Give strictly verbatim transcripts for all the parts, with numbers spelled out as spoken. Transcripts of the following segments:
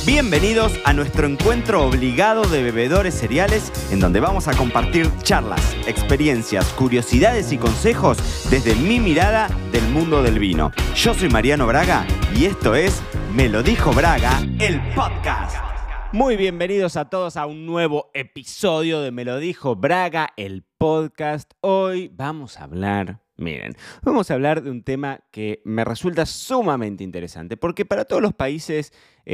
Bienvenidos a nuestro encuentro obligado de bebedores cereales, en donde vamos a compartir charlas, experiencias, curiosidades y consejos desde mi mirada del mundo del vino. Yo soy Mariano Braga y esto es Me lo dijo Braga, el podcast. Muy bienvenidos a todos a un nuevo episodio de Me lo dijo Braga, el podcast. Hoy vamos a hablar... Miren, vamos a hablar de un tema que me resulta sumamente interesante, porque para todos los países,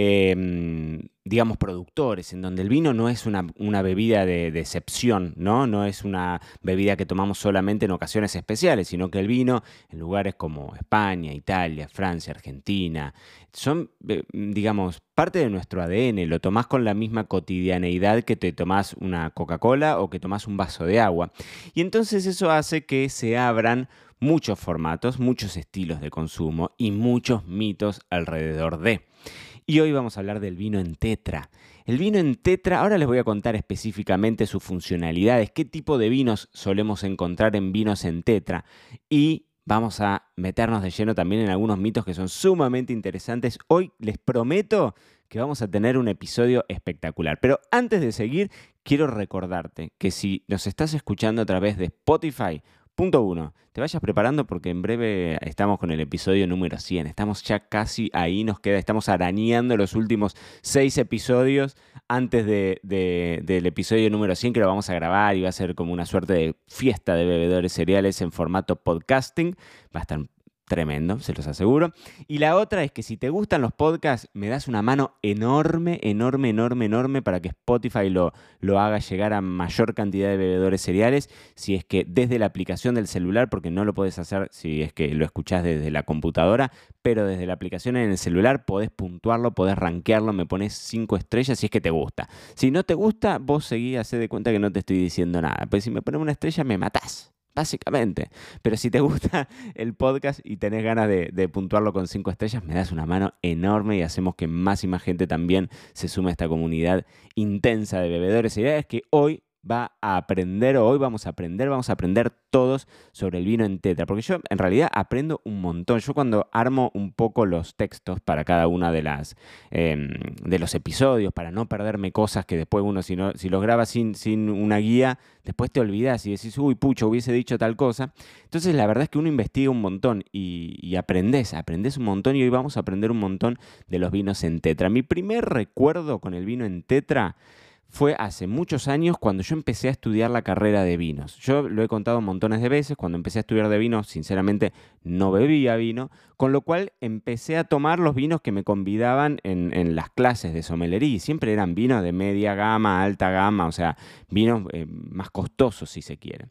eh, digamos, productores, en donde el vino no es una, una bebida de, de excepción, ¿no? No es una bebida que tomamos solamente en ocasiones especiales, sino que el vino en lugares como España, Italia, Francia, Argentina, son, eh, digamos, parte de nuestro A D N. Lo tomás con la misma cotidianeidad que te tomás una Coca-Cola o que tomás un vaso de agua. Y entonces eso hace que se abran muchos formatos, muchos estilos de consumo y muchos mitos alrededor de. Y hoy vamos a hablar del vino en tetra. El vino en tetra, ahora les voy a contar específicamente sus funcionalidades, qué tipo de vinos solemos encontrar en vinos en tetra, y vamos a meternos de lleno también en algunos mitos que son sumamente interesantes. Hoy les prometo que vamos a tener un episodio espectacular. Pero antes de seguir, quiero recordarte que si nos estás escuchando a través de Spotify, punto uno, te vayas preparando porque en breve estamos con el episodio número cien. Estamos ya casi ahí, nos queda, estamos arañando los últimos seis episodios antes de, de, del episodio número cien, que lo vamos a grabar y va a ser como una suerte de fiesta de bebedores cereales en formato podcasting. Va a estar tremendo, se los aseguro. Y la otra es que si te gustan los podcasts, me das una mano enorme, enorme, enorme, enorme para que Spotify lo, lo haga llegar a mayor cantidad de bebedores cereales. Si es que desde la aplicación del celular, porque no lo podés hacer si es que lo escuchás desde la computadora, pero desde la aplicación en el celular podés puntuarlo, podés rankearlo, me pones cinco estrellas si es que te gusta. Si no te gusta, vos seguí, hacé de cuenta que no te estoy diciendo nada. Pues si me pones una estrella, me matás. Básicamente. Pero si te gusta el podcast y tenés ganas de, de puntuarlo con cinco estrellas, me das una mano enorme y hacemos que más y más gente también se sume a esta comunidad intensa de bebedores. La idea es que hoy va a aprender, o hoy vamos a aprender, vamos a aprender todos sobre el vino en tetra, porque yo en realidad aprendo un montón. Yo cuando armo un poco los textos para cada una de las eh, de los episodios, para no perderme cosas que después uno, si, no, si los graba sin, sin una guía, después te olvidás y decís, uy, pucho, hubiese dicho tal cosa. Entonces la verdad es que uno investiga un montón y, y aprendés, aprendés un montón, y hoy vamos a aprender un montón de los vinos en tetra. Mi primer recuerdo con el vino en tetra fue hace muchos años cuando yo empecé a estudiar la carrera de vinos. Yo lo he contado montones de veces, cuando empecé a estudiar de vinos, sinceramente no bebía vino, con lo cual empecé a tomar los vinos que me convidaban en, en las clases de sommelería. Siempre eran vinos de media gama, alta gama, o sea, vinos eh, más costosos si se quiere.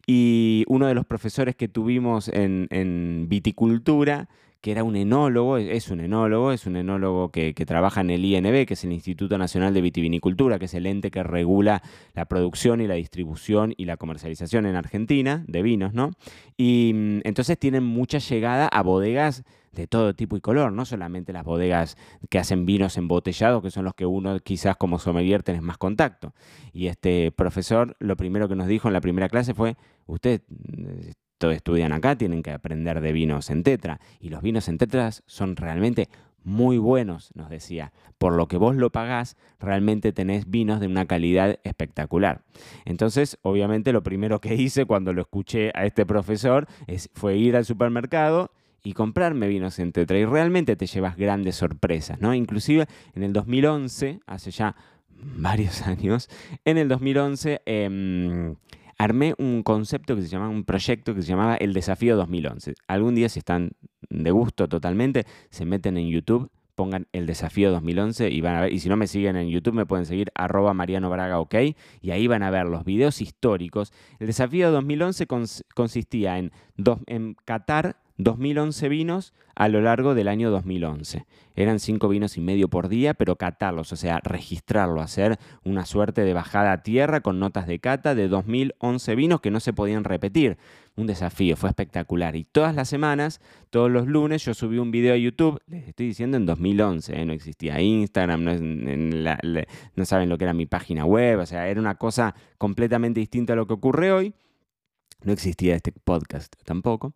Y uno de los profesores que tuvimos en, en viticultura, que era un enólogo, es un enólogo, es un enólogo que, que trabaja en el I N V, que es el Instituto Nacional de Vitivinicultura, que es el ente que regula la producción y la distribución y la comercialización en Argentina de vinos, ¿no? Y entonces tienen mucha llegada a bodegas de todo tipo y color, no solamente las bodegas que hacen vinos embotellados, que son los que uno quizás como sommelier tenés más contacto. Y este profesor, lo primero que nos dijo en la primera clase fue, usted... todos estudian acá, tienen que aprender de vinos en tetra. Y los vinos en tetras son realmente muy buenos, nos decía. Por lo que vos lo pagás, realmente tenés vinos de una calidad espectacular. Entonces, obviamente, lo primero que hice cuando lo escuché a este profesor es, fue ir al supermercado y comprarme vinos en tetra. Y realmente te llevas grandes sorpresas, ¿no? Inclusive en el dos mil once, hace ya varios años, en el dos mil once... Eh, armé un concepto que se llamaba, un proyecto que se llamaba El Desafío dos mil once. Algún día, si están de gusto totalmente, se meten en YouTube, pongan El Desafío dos mil once y van a ver, y si no me siguen en YouTube me pueden seguir arroba Mariano Braga OK, y ahí van a ver los videos históricos. El Desafío dos mil once cons- consistía en, dos, en catar dos mil once vinos a lo largo del año dos mil once. Eran cinco vinos y medio por día, pero catarlos, o sea, registrarlo, hacer una suerte de bajada a tierra con notas de cata de dos mil once vinos que no se podían repetir. Un desafío, fue espectacular. Y todas las semanas, todos los lunes, yo subí un video a YouTube, les estoy diciendo en dos mil once, ¿eh? No existía Instagram, no, en la, la, no saben lo que era mi página web, o sea, era una cosa completamente distinta a lo que ocurre hoy. No existía este podcast tampoco.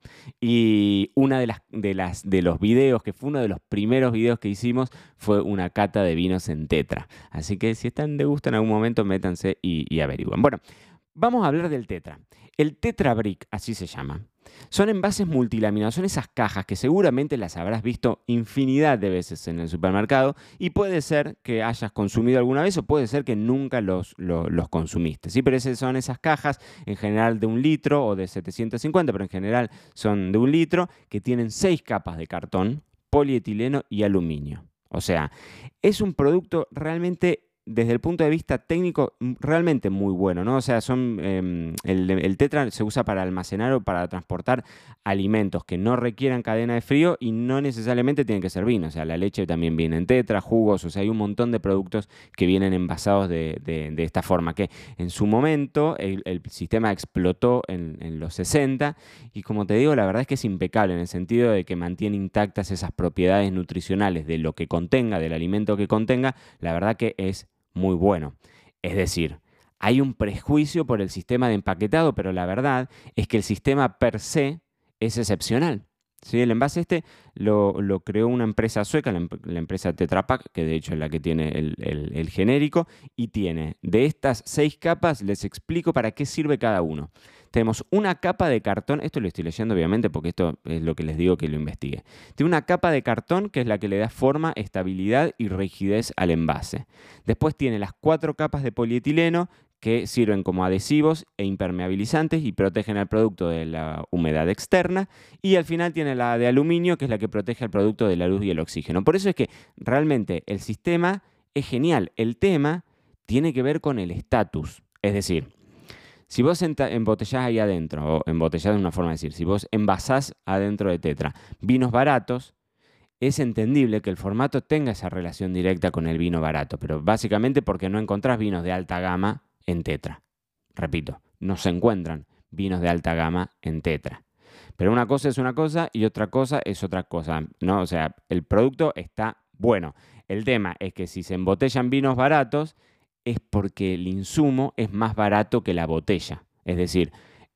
Y una de las, de las de los videos, que fue uno de los primeros videos que hicimos, fue una cata de vinos en tetra. Así que si están de gusto en algún momento, métanse y, y averigüen. Bueno, vamos a hablar del tetra. El Tetra Brick, así se llama. Son envases multilaminados, son esas cajas que seguramente las habrás visto infinidad de veces en el supermercado y puede ser que hayas consumido alguna vez o puede ser que nunca los, los, los consumiste. ¿Sí? Pero esas son esas cajas en general de un litro o de setecientos cincuenta, pero en general son de un litro, que tienen seis capas de cartón, polietileno y aluminio. O sea, es un producto realmente, desde el punto de vista técnico, realmente muy bueno, ¿no? O sea, son, eh, el, el tetra se usa para almacenar o para transportar alimentos que no requieran cadena de frío y no necesariamente tienen que ser vino. O sea, la leche también viene en tetra, jugos, o sea, hay un montón de productos que vienen envasados de, de, de esta forma, que en su momento el, el sistema explotó en, en los sesenta y, como te digo, la verdad es que es impecable en el sentido de que mantiene intactas esas propiedades nutricionales de lo que contenga, del alimento que contenga. La verdad que es muy bueno. Es decir, hay un prejuicio por el sistema de empaquetado, pero la verdad es que el sistema per se es excepcional. ¿Sí? El envase este lo, lo creó una empresa sueca, la, la empresa Tetra Pak, que de hecho es la que tiene el, el, el genérico, y tiene de estas seis capas, les explico para qué sirve cada uno. Tenemos una capa de cartón, esto lo estoy leyendo obviamente porque esto es lo que les digo que lo investigue. Tiene una capa de cartón que es la que le da forma, estabilidad y rigidez al envase. Después tiene las cuatro capas de polietileno que sirven como adhesivos e impermeabilizantes y protegen al producto de la humedad externa. Y al final tiene la de aluminio, que es la que protege al producto de la luz y el oxígeno. Por eso es que realmente el sistema es genial. El tema tiene que ver con el estatus. Es decir, si vos embotellás ahí adentro, o embotellás es una forma de decir, si vos envasás adentro de tetra vinos baratos, es entendible que el formato tenga esa relación directa con el vino barato, pero básicamente porque no encontrás vinos de alta gama en tetra. Repito, no se encuentran vinos de alta gama en tetra. Pero una cosa es una cosa y otra cosa es otra cosa, ¿no? O sea, el producto está bueno. El tema es que si se embotellan vinos baratos, es porque el insumo es más barato que la botella. Es decir,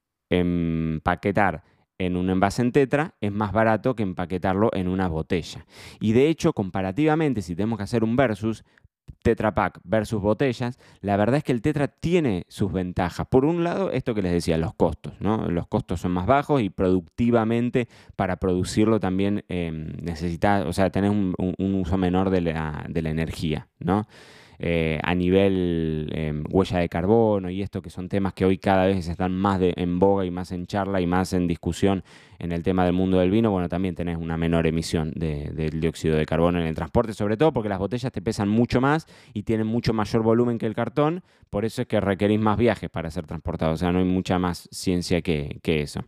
empaquetar en un envase en tetra es más barato que empaquetarlo en una botella. Y de hecho, comparativamente, si tenemos que hacer un versus, Tetra Pak versus botellas, la verdad es que el tetra tiene sus ventajas. Por un lado, esto que les decía, los costos, ¿no? Los costos son más bajos y productivamente para producirlo también eh, necesitas, o sea, tenés un, un, un uso menor de la, de la energía, ¿no? Eh, a nivel eh, huella de carbono y esto, que son temas que hoy cada vez están más de, en boga y más en charla y más en discusión en el tema del mundo del vino, bueno, también tenés una menor emisión de, del dióxido de carbono en el transporte, sobre todo porque las botellas te pesan mucho más y tienen mucho mayor volumen que el cartón, por eso es que requerís más viajes para ser transportado, o sea, no hay mucha más ciencia que, que eso.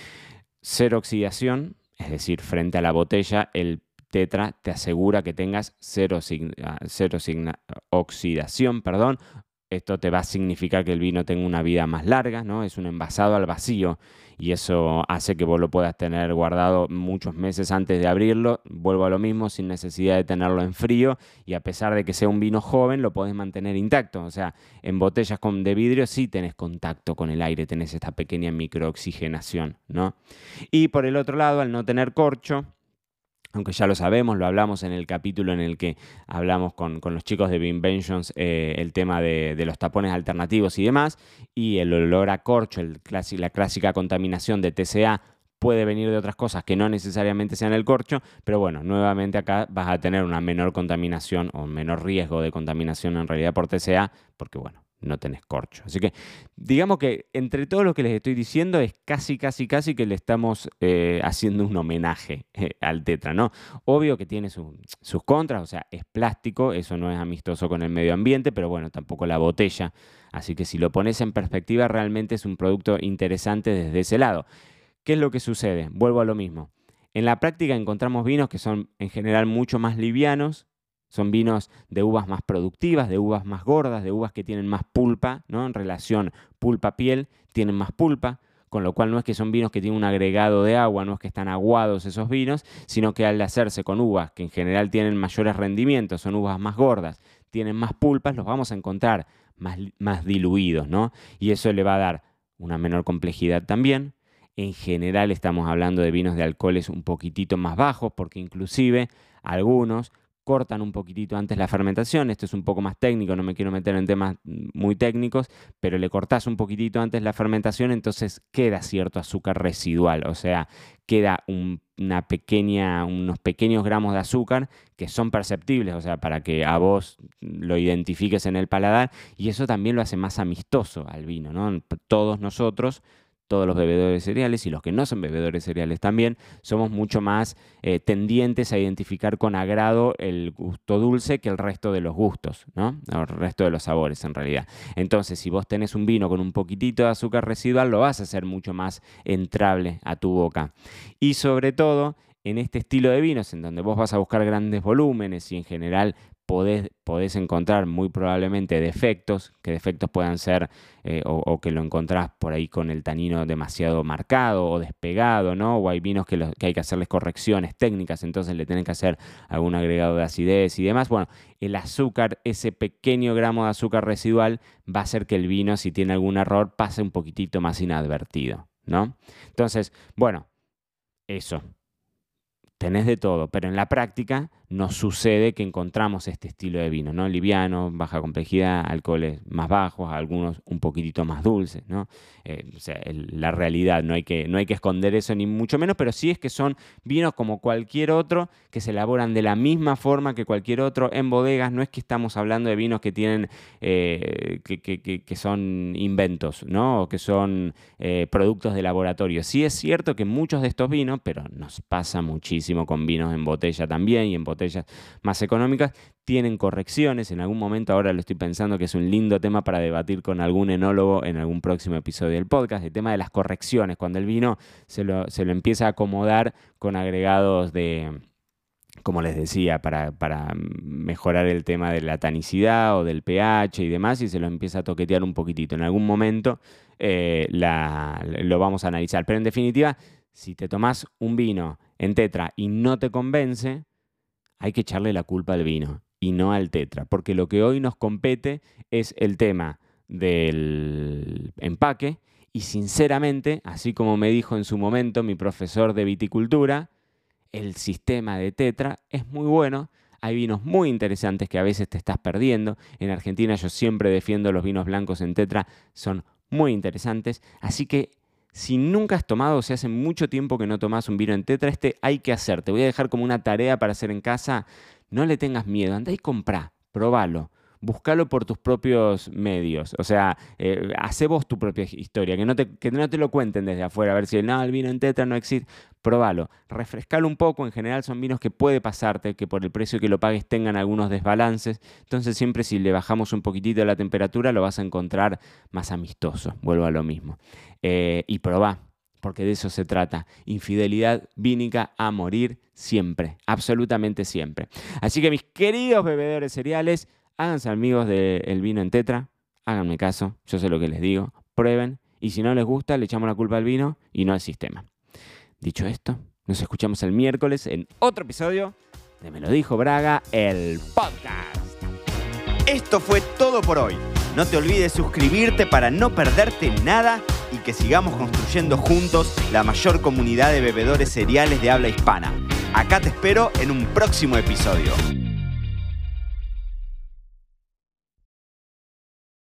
Cero oxidación, es decir, frente a la botella, el tetra te asegura que tengas cero, signa, cero signa, oxidación, perdón. Esto te va a significar que el vino tenga una vida más larga, ¿no? Es un envasado al vacío y eso hace que vos lo puedas tener guardado muchos meses antes de abrirlo. Vuelvo a lo mismo, sin necesidad de tenerlo en frío y a pesar de que sea un vino joven, lo podés mantener intacto. O sea, en botellas con, de vidrio sí tenés contacto con el aire, tenés esta pequeña microoxigenación, ¿no? Y por el otro lado, al no tener corcho, aunque ya lo sabemos, lo hablamos en el capítulo en el que hablamos con, con los chicos de Vinventions, eh, el tema de, de los tapones alternativos y demás, y el olor a corcho, el clásico, la clásica contaminación de T C A puede venir de otras cosas que no necesariamente sean el corcho, pero bueno, nuevamente acá vas a tener una menor contaminación o menor riesgo de contaminación en realidad por T C A, porque bueno, no tenés corcho. Así que digamos que entre todo lo que les estoy diciendo es casi, casi, casi que le estamos eh, haciendo un homenaje eh, al tetra, ¿no? Obvio que tiene su, sus contras, o sea, es plástico, eso no es amistoso con el medio ambiente, pero bueno, tampoco la botella. Así que si lo pones en perspectiva, realmente es un producto interesante desde ese lado. ¿Qué es lo que sucede? Vuelvo a lo mismo. En la práctica encontramos vinos que son en general mucho más livianos. Son vinos de uvas más productivas, de uvas más gordas, de uvas que tienen más pulpa, ¿no? En relación pulpa-piel, tienen más pulpa, con lo cual no es que son vinos que tienen un agregado de agua, no es que están aguados esos vinos, sino que al hacerse con uvas que en general tienen mayores rendimientos, son uvas más gordas, tienen más pulpas, los vamos a encontrar más, más diluidos, ¿no? Y eso le va a dar una menor complejidad también. En general estamos hablando de vinos de alcoholes un poquitito más bajos, porque inclusive algunos cortan un poquitito antes la fermentación. Esto es un poco más técnico, no me quiero meter en temas muy técnicos, pero le cortás un poquitito antes la fermentación, entonces queda cierto azúcar residual, o sea, queda un, una pequeña, unos pequeños gramos de azúcar que son perceptibles, o sea, para que a vos lo identifiques en el paladar, y eso también lo hace más amistoso al vino, ¿no? Todos nosotros, todos los bebedores cereales y los que no son bebedores cereales también, somos mucho más eh, tendientes a identificar con agrado el gusto dulce que el resto de los gustos, ¿no? El resto de los sabores, en realidad. Entonces, si vos tenés un vino con un poquitito de azúcar residual, lo vas a hacer mucho más entrable a tu boca. Y sobre todo, en este estilo de vinos, en donde vos vas a buscar grandes volúmenes y en general Podés, podés encontrar muy probablemente defectos, que defectos puedan ser eh, o, o que lo encontrás por ahí con el tanino demasiado marcado o despegado, ¿no? O hay vinos que, los, que hay que hacerles correcciones técnicas, entonces le tienen que hacer algún agregado de acidez y demás. Bueno, el azúcar, ese pequeño gramo de azúcar residual va a hacer que el vino, si tiene algún error, pase un poquitito más inadvertido, ¿no? Entonces, bueno, eso. Tenés de todo, pero en la práctica nos sucede que encontramos este estilo de vino, ¿no? Liviano, baja complejidad, alcoholes más bajos, algunos un poquitito más dulces, ¿no? Eh, o sea, el, la realidad, no hay, que, no hay que esconder eso ni mucho menos, pero sí es que son vinos como cualquier otro, que se elaboran de la misma forma que cualquier otro en bodegas. No es que estamos hablando de vinos que tienen, eh, que, que, que, que son inventos, ¿no? O que son eh, productos de laboratorio. Sí es cierto que muchos de estos vinos, pero nos pasa muchísimo con vinos en botella también y en botellas más económicas, tienen correcciones. En algún momento, ahora lo estoy pensando, que es un lindo tema para debatir con algún enólogo en algún próximo episodio del podcast, el tema de las correcciones, cuando el vino se lo, se lo empieza a acomodar con agregados de, como les decía, para, para mejorar el tema de la tanicidad o del pH y demás, y se lo empieza a toquetear un poquitito. En algún momento eh, la, lo vamos a analizar, pero en definitiva, si te tomás un vino en tetra y no te convence, hay que echarle la culpa al vino y no al tetra, porque lo que hoy nos compete es el tema del empaque y sinceramente, así como me dijo en su momento mi profesor de viticultura, el sistema de tetra es muy bueno. Hay vinos muy interesantes que a veces te estás perdiendo. En Argentina yo siempre defiendo los vinos blancos en tetra, son muy interesantes, así que si nunca has tomado, o sea, hace mucho tiempo que no tomás un vino en tetra, este hay que hacer. Te voy a dejar como una tarea para hacer en casa. No le tengas miedo, andá y comprá, probalo. Buscalo por tus propios medios. O sea, eh, hacé vos tu propia historia, que no, te, que no te lo cuenten desde afuera, a ver si no, el vino en tetra no existe. Probalo, refrescalo un poco. En general son vinos que puede pasarte, que por el precio que lo pagues tengan algunos desbalances. Entonces siempre si le bajamos un poquitito la temperatura lo vas a encontrar más amistoso. Vuelvo a lo mismo. Eh, y probá, porque de eso se trata. Infidelidad vínica a morir siempre, absolutamente siempre. Así que mis queridos bebedores cereales, háganse amigos del vino en tetra, háganme caso, yo sé lo que les digo, prueben, y si no les gusta, le echamos la culpa al vino y no al sistema. Dicho esto, nos escuchamos el miércoles en otro episodio de Me lo dijo Braga, el podcast. Esto fue todo por hoy. No te olvides suscribirte para no perderte nada y que sigamos construyendo juntos la mayor comunidad de bebedores cereales de habla hispana. Acá te espero en un próximo episodio.